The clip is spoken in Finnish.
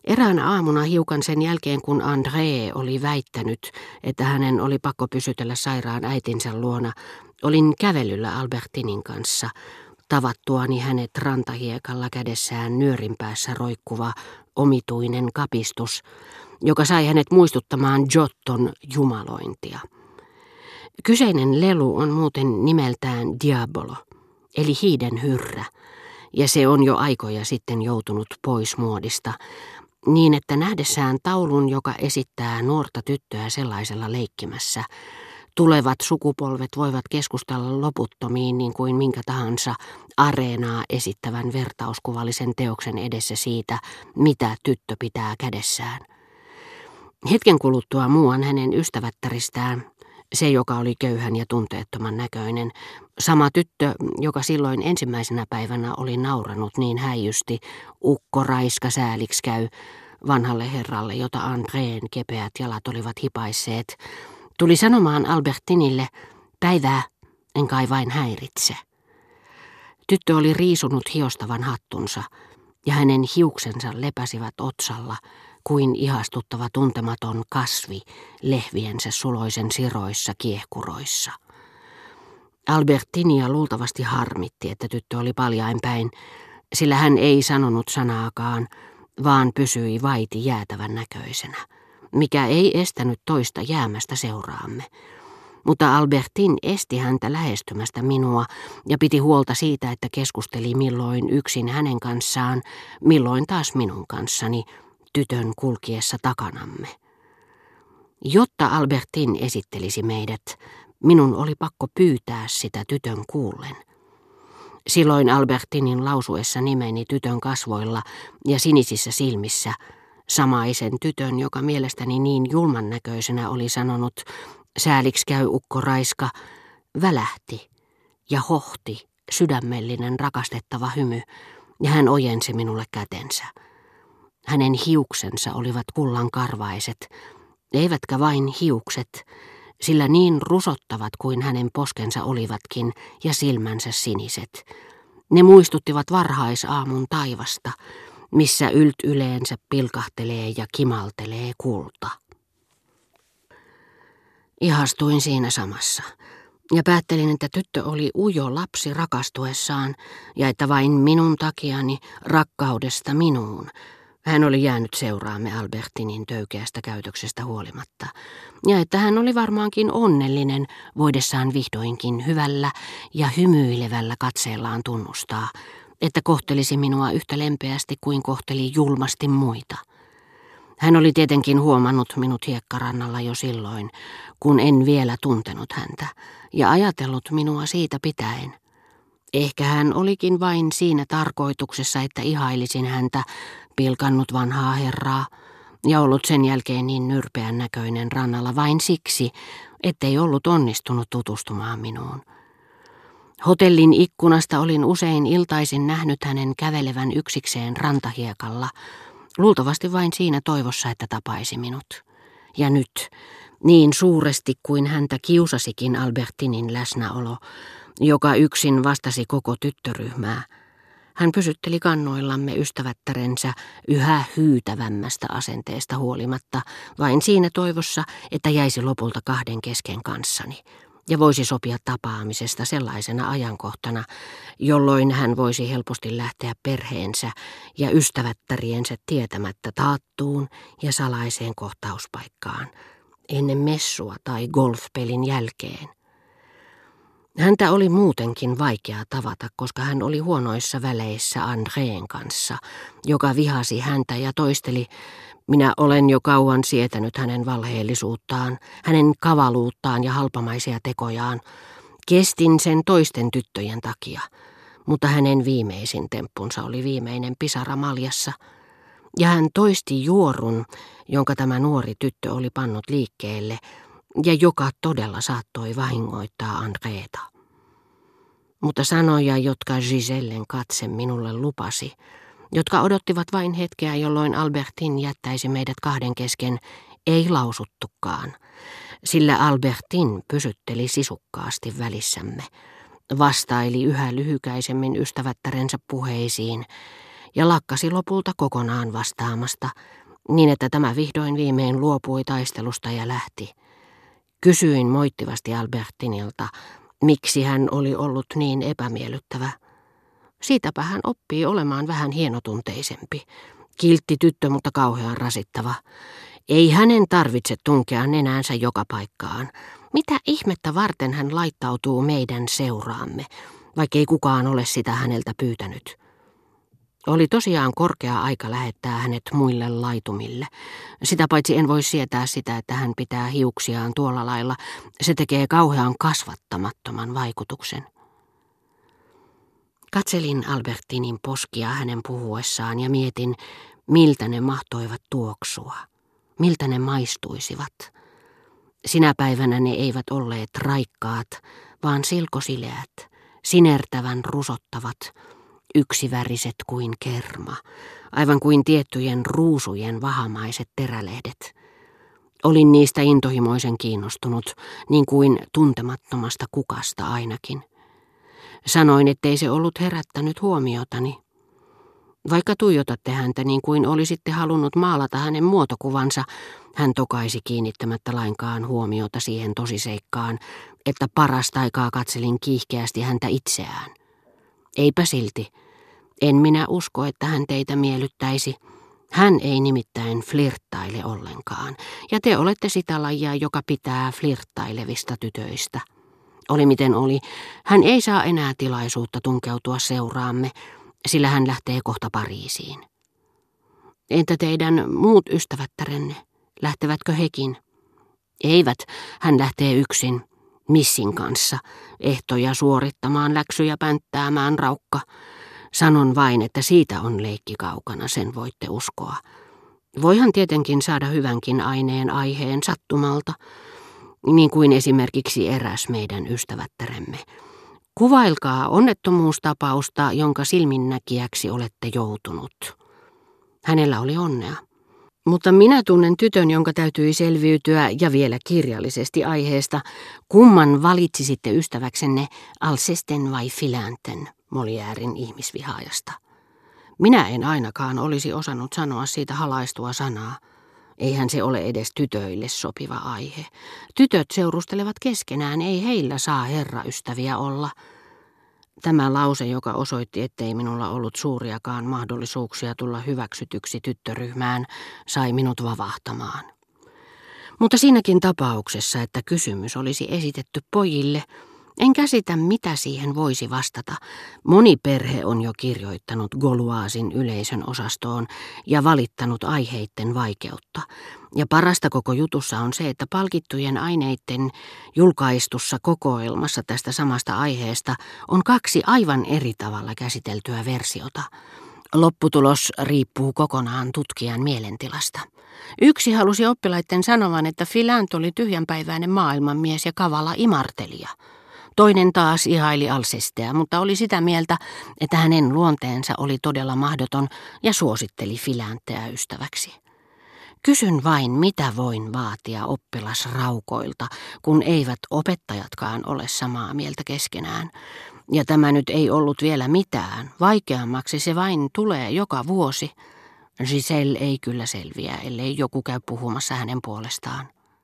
Eräänä aamuna hiukan sen jälkeen, kun André oli väittänyt, että hänen oli pakko pysytellä sairaan äitinsä luona, olin kävelyllä Albertinin kanssa, tavattuani hänet rantahiekalla kädessään nyörin päässä roikkuva omituinen kapistus, joka sai hänet muistuttamaan Giotton jumalointia. Kyseinen lelu on muuten nimeltään Diabolo, eli hiiden hyrrä, ja se on jo aikoja sitten joutunut pois muodista, niin että nähdessään taulun, joka esittää nuorta tyttöä sellaisella leikkimässä, tulevat sukupolvet voivat keskustella loputtomiin niin kuin minkä tahansa areenaa esittävän vertauskuvallisen teoksen edessä siitä, mitä tyttö pitää kädessään. Hetken kuluttua muuan hänen ystävättäristään, se joka oli köyhän ja tunteettoman näköinen, sama tyttö, joka silloin ensimmäisenä päivänä oli nauranut niin häijysti, ukko Raiska sääliksi käy vanhalle herralle, jota Andreen kepeät jalat olivat hipaisseet, tuli sanomaan Albertinille, päivää, en kai vain häiritse. Tyttö oli riisunut hiostavan hattunsa, ja hänen hiuksensa lepäsivät otsalla, kuin ihastuttava tuntematon kasvi lehviensä suloisen siroissa kiehkuroissa. Albertinia luultavasti harmitti, että tyttö oli paljain päin, sillä hän ei sanonut sanaakaan, vaan pysyi vaiti jäätävän näköisenä, mikä ei estänyt toista jäämästä seuraamme. Mutta Albertin esti häntä lähestymästä minua ja piti huolta siitä, että keskusteli milloin yksin hänen kanssaan, milloin taas minun kanssani, tytön kulkiessa takanamme. Jotta Albertin esittelisi meidät, minun oli pakko pyytää sitä tytön kuullen. Silloin Albertinin lausuessa nimeni tytön kasvoilla ja sinisissä silmissä, samaisen tytön, joka mielestäni niin julman näköisenä oli sanonut, sääliksi käy ukko Raiska, välähti ja hohti sydämellinen rakastettava hymy, ja hän ojensi minulle kätensä. Hänen hiuksensa olivat kullankarvaiset, eivätkä vain hiukset, sillä niin rusottavat kuin hänen poskensa olivatkin ja silmänsä siniset. Ne muistuttivat varhaisaamun taivasta, missä yleensä pilkahtelee ja kimaltelee kulta. Ihastuin siinä samassa ja päättelin, että tyttö oli ujo lapsi rakastuessaan ja että vain minun takiani rakkaudesta minuun hän oli jäänyt seuraamme Albertinin töykeästä käytöksestä huolimatta, ja että hän oli varmaankin onnellinen voidessaan vihdoinkin hyvällä ja hymyilevällä katseellaan tunnustaa, että kohtelisi minua yhtä lempeästi kuin kohteli julmasti muita. Hän oli tietenkin huomannut minut hiekkarannalla jo silloin, kun en vielä tuntenut häntä, ja ajatellut minua siitä pitäen. Ehkä hän olikin vain siinä tarkoituksessa, että ihailisin häntä, pilkannut vanhaa herraa, ja ollut sen jälkeen niin nyrpeän näköinen rannalla vain siksi, ettei ollut onnistunut tutustumaan minuun. Hotellin ikkunasta olin usein iltaisin nähnyt hänen kävelevän yksikseen rantahiekalla, luultavasti vain siinä toivossa, että tapaisi minut. Ja nyt, niin suuresti kuin häntä kiusasikin Albertinin läsnäolo, joka yksin vastasi koko tyttöryhmää, hän pysytteli kannoillamme ystävättärensä yhä hyytävämmästä asenteesta huolimatta, vain siinä toivossa, että jäisi lopulta kahden kesken kanssani, ja voisi sopia tapaamisesta sellaisena ajankohtana, jolloin hän voisi helposti lähteä perheensä ja ystävättäriensä tietämättä taattuun ja salaiseen kohtauspaikkaan, ennen messua tai golfpelin jälkeen. Häntä oli muutenkin vaikea tavata, koska hän oli huonoissa väleissä Andreen kanssa, joka vihasi häntä ja toisteli, minä olen jo kauan sietänyt hänen valheellisuuttaan, hänen kavaluuttaan ja halpamaisia tekojaan. Kestin sen toisten tyttöjen takia, mutta hänen viimeisin temppunsa oli viimeinen pisara maljassa, ja hän toisti juorun, jonka tämä nuori tyttö oli pannut liikkeelle, ja joka todella saattoi vahingoittaa Andreeta. Mutta sanoja, jotka Gisellen katse minulle lupasi, jotka odottivat vain hetkeä, jolloin Albertin jättäisi meidät kahden kesken, ei lausuttukaan, sillä Albertin pysytteli sisukkaasti välissämme, vastaili yhä lyhykäisemmin ystävättärensä puheisiin ja lakkasi lopulta kokonaan vastaamasta, niin että tämä vihdoin viimein luopui taistelusta ja lähti. Kysyin moittivasti Albertinilta, miksi hän oli ollut niin epämiellyttävä. Siitäpä hän oppii olemaan vähän hienotunteisempi. Kiltti tyttö, mutta kauhean rasittava. Ei hänen tarvitse tunkea nenäänsä joka paikkaan. Mitä ihmettä varten hän laittautuu meidän seuraamme, vaikkei kukaan ole sitä häneltä pyytänyt. Oli tosiaan korkea aika lähettää hänet muille laitumille. Sitä paitsi en voi sietää sitä, että hän pitää hiuksiaan tuolla lailla. Se tekee kauhean kasvattamattoman vaikutuksen. Katselin Albertinin poskia hänen puhuessaan ja mietin, miltä ne mahtoivat tuoksua, miltä ne maistuisivat. Sinä päivänä ne eivät olleet raikkaat, vaan silkosileät, sinertävän rusottavat, yksiväriset kuin kerma, aivan kuin tiettyjen ruusujen vahamaiset terälehdet. Olin niistä intohimoisen kiinnostunut, niin kuin tuntemattomasta kukasta ainakin. Sanoin, ettei se ollut herättänyt huomiotani. Vaikka tuijotatte häntä niin kuin olisitte halunnut maalata hänen muotokuvansa, hän tokaisi kiinnittämättä lainkaan huomiota siihen tosiseikkaan, että parasta aikaa katselin kiihkeästi häntä itseään. Eipä silti. En minä usko, että hän teitä miellyttäisi. Hän ei nimittäin flirttaile ollenkaan, ja te olette sitä lajia, joka pitää flirttailevista tytöistä. Oli miten oli, hän ei saa enää tilaisuutta tunkeutua seuraamme, sillä hän lähtee kohta Pariisiin. Entä teidän muut ystävättärenne? Lähtevätkö hekin? Eivät, hän lähtee yksin, Missin kanssa, ehtoja suorittamaan, läksyjä pänttäämään, raukka. Sanon vain, että siitä on leikki kaukana, sen voitte uskoa. Voihan tietenkin saada hyvänkin aineen aiheen sattumalta, niin kuin esimerkiksi eräs meidän ystävättäremme. Kuvailkaa onnettomuustapausta, jonka silminnäkijäksi olette joutunut. Hänellä oli onnea. Mutta minä tunnen tytön, jonka täytyi selviytyä ja vielä kirjallisesti aiheesta. Kumman valitsisitte ystäväksenne, Alcesten vai Filänten, Molièren ihmisvihaajasta? Minä en ainakaan olisi osannut sanoa siitä halaistua sanaa. Eihän se ole edes tytöille sopiva aihe. Tytöt seurustelevat keskenään, ei heillä saa herraystäviä olla. Tämä lause, joka osoitti, ettei minulla ollut suuriakaan mahdollisuuksia tulla hyväksytyksi tyttöryhmään, sai minut vavahtamaan. Mutta siinäkin tapauksessa, että kysymys olisi esitetty pojille, en käsitä, mitä siihen voisi vastata. Moni perhe on jo kirjoittanut Gauloisin yleisön osastoon ja valittanut aiheitten vaikeutta. Ja parasta koko jutussa on se, että palkittujen aineiden julkaistussa kokoelmassa tästä samasta aiheesta on 2 aivan eri tavalla käsiteltyä versiota. Lopputulos riippuu kokonaan tutkijan mielentilasta. Yksi halusi oppilaiden sanovan, että Filante oli tyhjänpäiväinen maailmanmies ja kavala imartelija. Toinen taas ihaili Alcestea, mutta oli sitä mieltä, että hänen luonteensa oli todella mahdoton ja suositteli Filantea ystäväksi. Kysyn vain, mitä voin vaatia oppilasraukoilta, kun eivät opettajatkaan ole samaa mieltä keskenään. Ja tämä nyt ei ollut vielä mitään, vaikeammaksi se vain tulee joka vuosi. Giselle ei kyllä selviä, ellei joku käy puhumassa hänen puolestaan.